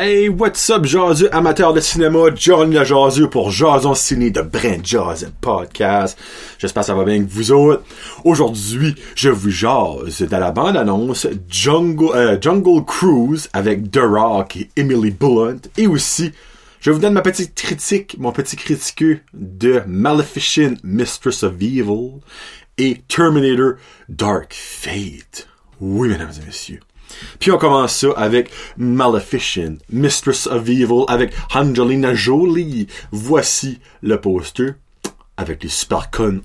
Hey, what's up, jaseux, amateurs de cinéma, Johnny le jaseux pour Jason Ciné de Brand Jazz Podcast. J'espère que ça va bien avec vous autres. Aujourd'hui, je vous jase de la bande-annonce Jungle Cruise avec The Rock et Emily Blunt. Et aussi, je vous donne ma petite critique, mon petit critiqueux de Maleficent, Mistress of Evil et Terminator Dark Fate. Oui, mesdames et messieurs. Puis on commence ça avec Maleficent, Mistress of Evil avec Angelina Jolie. Voici le poster avec les super cornes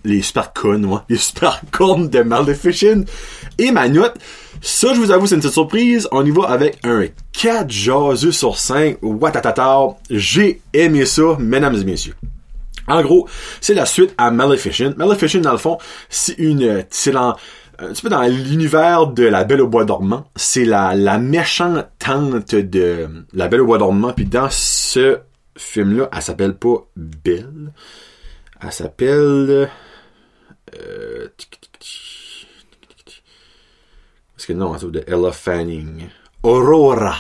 de Maleficent. Et ma note, ça je vous avoue c'est une petite surprise, on y va avec un 4 jaseux sur 5. Watatata, j'ai aimé ça, mesdames et messieurs. En gros, c'est la suite à Maleficent. Maleficent, dans le fond, c'est un petit peu dans l'univers de La Belle au Bois dormant. C'est la méchante tante de La Belle au Bois dormant. Puis dans ce film-là, elle s'appelle pas Belle. Elle s'appelle... Parce que non, c'est de Ella Fanning. Aurora.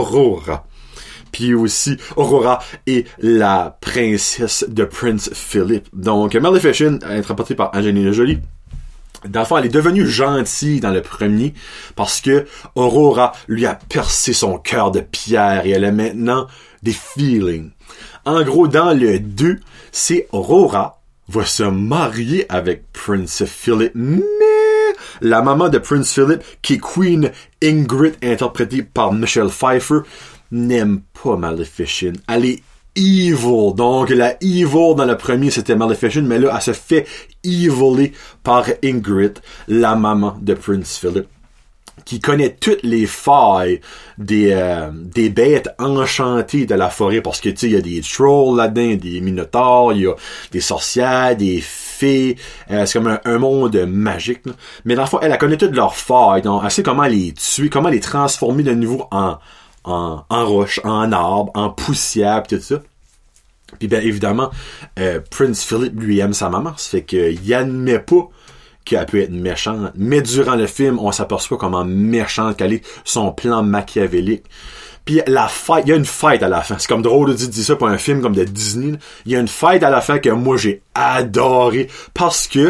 Puis aussi, Aurora est la princesse de Prince Philip. Donc, Maleficent, interprétée par Angelina Jolie. Dans le fond, elle est devenue gentille dans le premier parce que Aurora lui a percé son cœur de pierre et elle a maintenant des feelings. En gros, dans le 2, c'est Aurora va se marier avec Prince Philip, mais la maman de Prince Philip, qui est Queen Ingrid, interprétée par Michelle Pfeiffer, n'aime pas Maleficent. Elle est evil. Donc, la evil dans le premier, c'était Maleficent, mais là, elle se fait eviler par Ingrid, la maman de Prince Philip, qui connaît toutes les failles des bêtes enchantées de la forêt, parce que, tu sais, il y a des trolls là-dedans, des minotaures, il y a des sorcières, des fées, c'est comme un monde magique, là. Mais dans le fond, elle connaît toutes leurs failles, donc elle sait comment les tuer, comment les transformer de nouveau en roche, en arbre, en poussière, pis tout ça. Puis bien évidemment, Prince Philip lui aime sa maman, ça fait qu'il admet pas qu'elle peut être méchante. Mais durant le film, on s'aperçoit comment méchante qu'elle est, son plan machiavélique. Puis la fête, il y a une fête à la fin. C'est comme drôle de dire ça pour un film comme de Disney, là. Il y a une fête à la fin que moi j'ai adoré parce que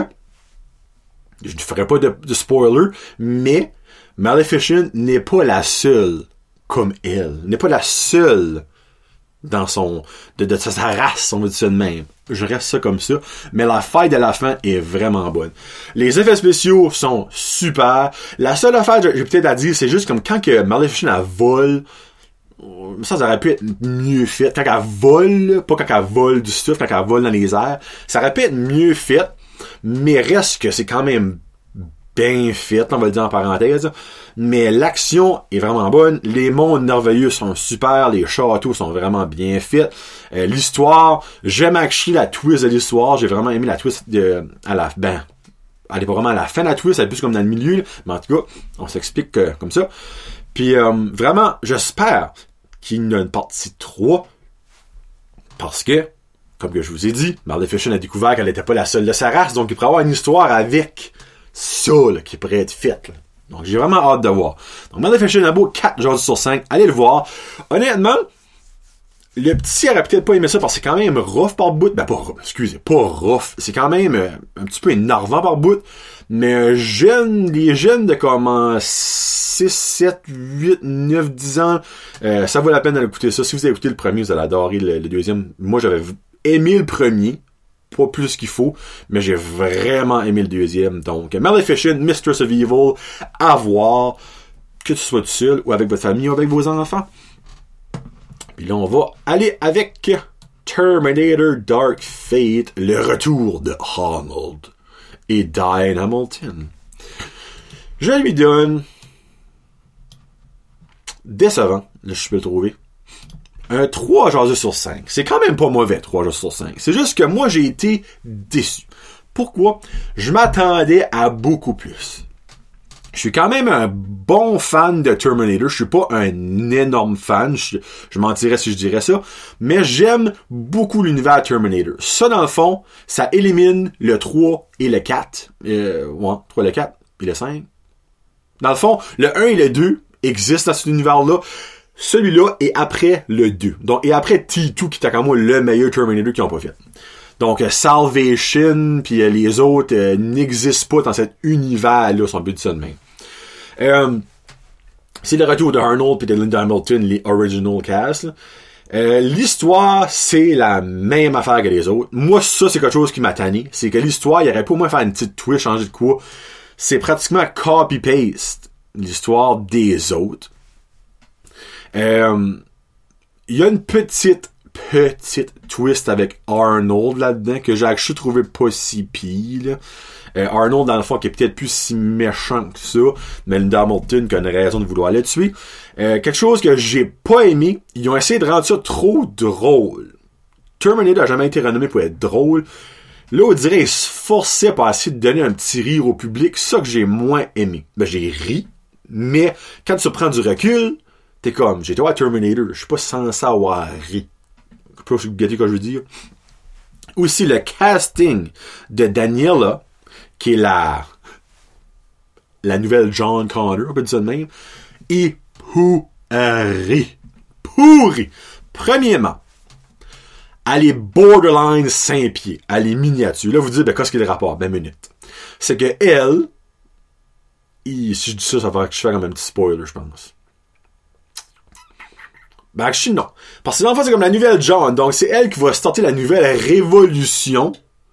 je ne ferai pas de spoiler, mais Maleficent n'est pas la seule comme elle. N'est pas la seule dans de sa race, on va dire ça de même. Je reste ça comme ça. Mais la fête de la fin est vraiment bonne. Les effets spéciaux sont super. La seule affaire que j'ai peut-être à dire, c'est juste comme quand que Maleficent elle vole, ça aurait pu être mieux fait. Quand elle vole, pas quand elle vole du stuff, quand elle vole dans les airs, ça aurait pu être mieux fait, mais reste que c'est quand même bien fait, on va le dire en parenthèse. Mais l'action est vraiment bonne. Les mondes merveilleux sont super. Les châteaux sont vraiment bien faits. L'histoire, j'aime actually la twist de l'histoire. J'ai vraiment aimé la twist à la... Ben, elle est pas vraiment à la fin de la twist, elle est plus comme dans le milieu. Là. Mais en tout cas, on s'explique comme ça. Puis vraiment, j'espère qu'il y a une partie 3. Parce que, comme que je vous ai dit, Maleficent a découvert qu'elle n'était pas la seule de sa race. Donc il pourrait avoir une histoire avec ça là, qui pourrait être faite. Là. Donc, j'ai vraiment hâte de voir. Donc, Maleficent a beau 4 jours sur 5. Allez le voir. Honnêtement, le petit aurait peut-être pas aimé ça parce que c'est quand même rough par bout. Ben, pas rough. C'est quand même un petit peu énervant par bout. Mais les jeunes de comme 6, 7, 8, 9, 10 ans, ça vaut la peine d'écouter ça. Si vous avez écouté le premier, vous allez adorer le deuxième. Moi, j'avais aimé le premier. Pas plus qu'il faut, mais j'ai vraiment aimé le deuxième. Donc, Maleficent, Mistress of Evil, à voir, que tu sois tout seul, ou avec votre famille, ou avec vos enfants. Puis là, on va aller avec Terminator Dark Fate, le retour de Arnold et Diane Hamilton. Je lui donne décevant, là je peux le trouver. Un 3 jaseux sur 5. C'est quand même pas mauvais, 3 jaseux sur 5. C'est juste que moi, j'ai été déçu. Pourquoi? Je m'attendais à beaucoup plus. Je suis quand même un bon fan de Terminator. Je suis pas un énorme fan. Je mentirais si je dirais ça. Mais j'aime beaucoup l'univers Terminator. Ça, dans le fond, ça élimine le 3 et le 4. 3 et le 4. Puis le 5. Dans le fond, le 1 et le 2 existent dans cet univers-là. celui-là est après le 2. Donc, et après T2, qui est à moi le meilleur Terminator qu'ils ont pas fait. Donc, Salvation, puis les autres n'existent pas dans cet univers-là, son but de ça de même. C'est le retour de Arnold puis de Linda Hamilton, les original cast. L'histoire, c'est la même affaire que les autres. Moi, ça, c'est quelque chose qui m'a tanné. C'est que l'histoire, il aurait pas au moins faire une petite twist, changer de quoi. C'est pratiquement copy-paste l'histoire des autres. Il y a une petite twist avec Arnold là-dedans que j'ai actually trouvé pas si pire. Arnold, dans le fond, qui est peut-être plus si méchant que ça, mais Linda Hamilton qui a une raison de vouloir le tuer. Quelque chose que j'ai pas aimé, ils ont essayé de rendre ça trop drôle. Terminator a jamais été renommé pour être drôle. Là, on dirait qu'ils se forçaient pour essayer de donner un petit rire au public, ça que j'ai moins aimé. Ben, j'ai ri, mais quand tu prends du recul, t'es comme, j'étais à Terminator, je suis pas censé avoir ri. Je sais pas si vous gâtez quoi je veux dire. Aussi, le casting de Daniela, qui est la nouvelle John Connor, on peut dire ça de même, est pourri. Premièrement, elle est borderline 5 pieds. Elle est miniature. Là, vous dites, qu'est-ce qu'il y a le rapport? Ben, minute. C'est que elle, si je dis ça, ça va que je fais comme un petit spoiler, je pense. Ben, actually, non. Parce que dans le fond, c'est comme la nouvelle John. Donc, c'est elle qui va starter la nouvelle révolution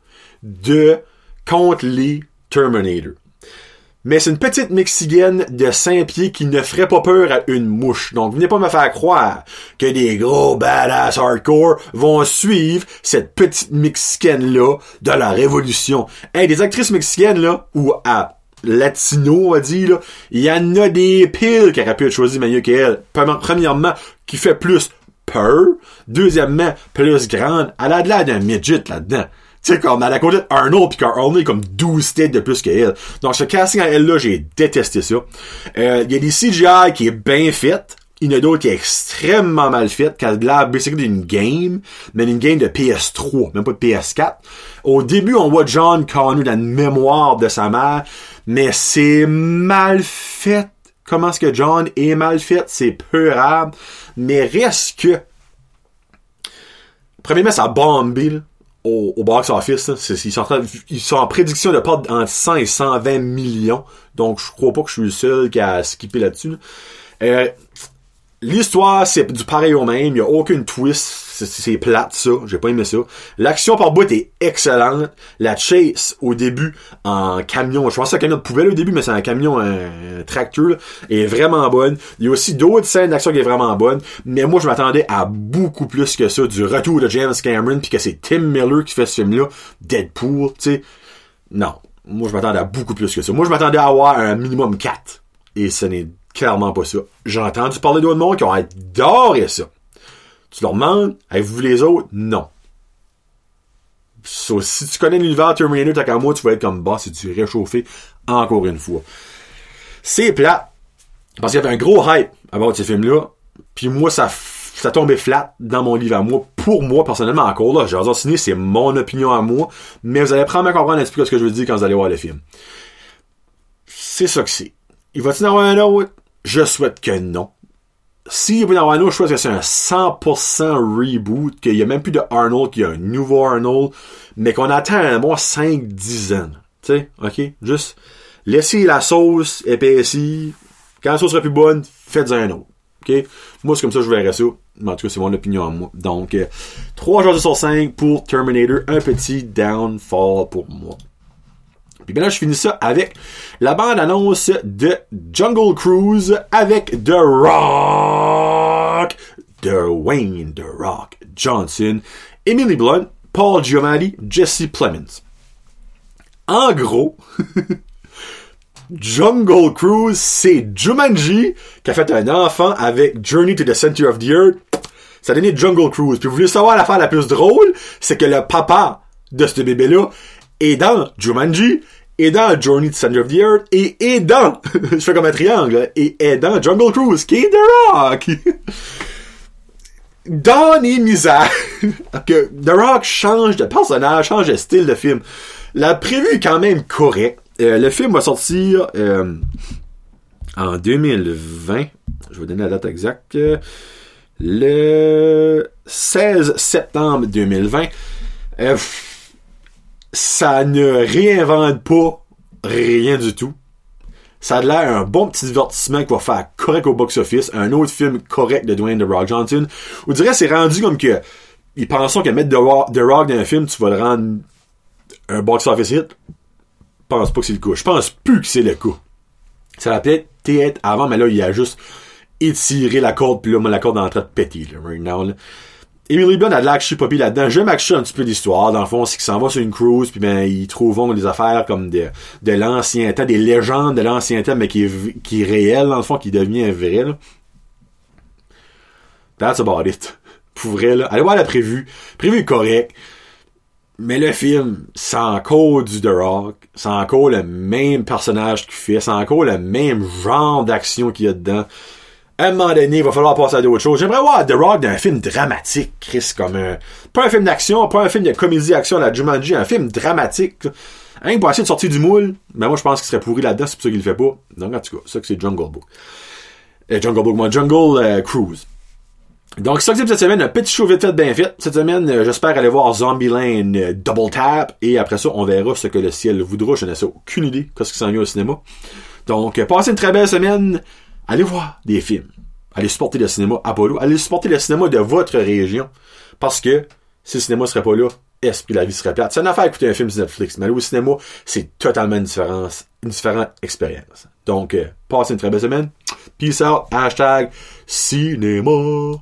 contre les Terminator. Mais c'est une petite Mexicaine de 5 pieds qui ne ferait pas peur à une mouche. Donc, venez pas me faire croire que des gros badass hardcore vont suivre cette petite Mexicaine-là de la révolution. Hey, des actrices mexicaines, là, ou à latino, on va dire, là, il y en a des piles qui auraient pu être choisies mieux qu'elle. Premièrement, qui fait plus peur. Deuxièmement, plus grande. Elle a de l'air d'un midget là-dedans. Tu sais, comme, elle a côté Arnold, pis qu'Arnold est comme 12 têtes de plus qu'elle. Donc, ce casting à elle-là, j'ai détesté ça. Il y a des CGI qui est bien fait. Il y en a d'autres qui est extrêmement mal fait, qui a l'air basically d'une game, mais une game de PS3, même pas de PS4. Au début, on voit John Connor dans une mémoire de sa mère, mais c'est mal fait. Comment est-ce que John est mal fait? C'est peurable. Mais reste que... Premièrement, ça a bombé, là. Au box-office, ils sont en prédiction de perdre entre 100 et 120 millions. Donc, je crois pas que je suis le seul qui a skippé là-dessus. Là. L'histoire, c'est du pareil au même. Il y a aucune twist. C'est plate, ça. J'ai pas aimé ça. L'action par bout est excellente. La chase, au début, en camion. Je pense que c'est un camion de poubelle au début, mais c'est un camion, un tracteur, là, est vraiment bonne. Il y a aussi d'autres scènes d'action qui est vraiment bonnes. Mais moi, je m'attendais à beaucoup plus que ça. Du retour de James Cameron, puis que c'est Tim Miller qui fait ce film-là. Deadpool, tu sais. Non. Moi, je m'attendais à beaucoup plus que ça. Moi, je m'attendais à avoir un minimum 4. Et ce n'est clairement pas ça. J'ai entendu parler d'autres mondes qui ont adoré ça. Tu leur demandes, avez-vous vu les autres? Non. So, si tu connais l'univers Terminator, t'as qu'à moi, tu vas être comme, bah, c'est du réchauffé encore une fois. C'est plat. Parce qu'il y avait un gros hype avant ces films-là. Puis moi, ça tombait flat dans mon livre à moi. Pour moi, personnellement, encore là, j'ai signé, c'est mon opinion à moi. Mais vous allez probablement comprendre un petit peu ce que je veux dire quand vous allez voir le film. C'est ça que c'est. Il va-t-il en avoir un autre? Je souhaite que non. S'il va y en avoir un autre, je souhaite que c'est un 100% reboot, qu'il n'y a même plus de Arnold, qu'il y a un nouveau Arnold, mais qu'on attend un bon 5-10 ans. Tu sais, ok? Juste, laissez la sauce épaissie. Quand la sauce sera plus bonne, faites un autre. Ok? Moi, c'est comme ça que je verrais ça. Mais en tout cas, c'est mon opinion à moi. Donc, 3 jours sur 5 pour Terminator. Un petit downfall pour moi. Puis bien là, je finis ça avec la bande-annonce de Jungle Cruise avec The Rock, Dwayne The Rock Johnson, Emily Blunt, Paul Giamatti, Jesse Plemons. En gros, Jungle Cruise, c'est Jumanji qui a fait un enfant avec Journey to the Center of the Earth. Ça a donné Jungle Cruise. Puis vous voulez savoir l'affaire la plus drôle, c'est que le papa de ce bébé-là est dans Jumanji, est dans Journey to the Center of the Earth, et est dans, je fais comme un triangle, et est dans Jungle Cruise, qui est The Rock. Dans les misères, que The Rock change de personnage, change de style de film. La prévue est quand même correcte. Le film va sortir En 2020, je vais vous donner la date exacte, le 16 septembre 2020, ça ne réinvente pas rien du tout. Ça a l'air un bon petit divertissement qui va faire correct au box-office. Un autre film correct de Dwayne The Rock Johnson. On dirait c'est rendu comme que ils pensent que mettre The Rock dans un film, tu vas le rendre un box-office hit. Je pense pas que c'est le cas. Je pense plus que c'est le cas. Ça va peut-être être avant, mais là, il a juste étiré la corde, puis là, la corde est en train de péter, là, right now, là. Emily Blunt a de l'action poppy là-dedans. J'aime accrocher un petit peu d'histoire. Dans le fond, c'est qu'il s'en va sur une cruise, puis ben, ils trouvent des affaires comme de l'ancien temps, des légendes de l'ancien temps, mais qui est réel, dans le fond, qui devient vrai, là. That's about it. Pour vrai, là. Allez voir la prévue. Prévue est correct. Mais le film, c'est encore du The Rock. C'est encore le même personnage qu'il fait. C'est encore le même genre d'action qu'il y a dedans. À un moment donné, il va falloir passer à d'autres choses. J'aimerais voir The Rock dans un film dramatique, Chris, pas un film d'action, pas un film de comédie-action à la Jumanji, un film dramatique. Hein, pour essayer de sortir du moule, mais moi je pense qu'il serait pourri là-dedans, c'est pour ça qu'il le fait pas. Donc en tout cas, ça que c'est Jungle Book. Jungle Cruise. Donc, ça que c'est cette semaine, un petit show vite fait bien fait. Cette semaine, j'espère aller voir Zombieland Double Tap, et après ça, on verra ce que le ciel voudra. Je n'ai ça aucune idée, qu'est-ce qui s'en vient au cinéma. Donc, passez une très belle semaine. Allez voir des films. Allez supporter le cinéma Apollo. Allez supporter le cinéma de votre région. Parce que si le cinéma serait pas là, esprit la vie serait plate. C'est une affaire d'écouter un film sur Netflix. Mais aller au cinéma, c'est totalement une différente expérience. Donc, passez une très belle semaine. Peace out. #cinéma.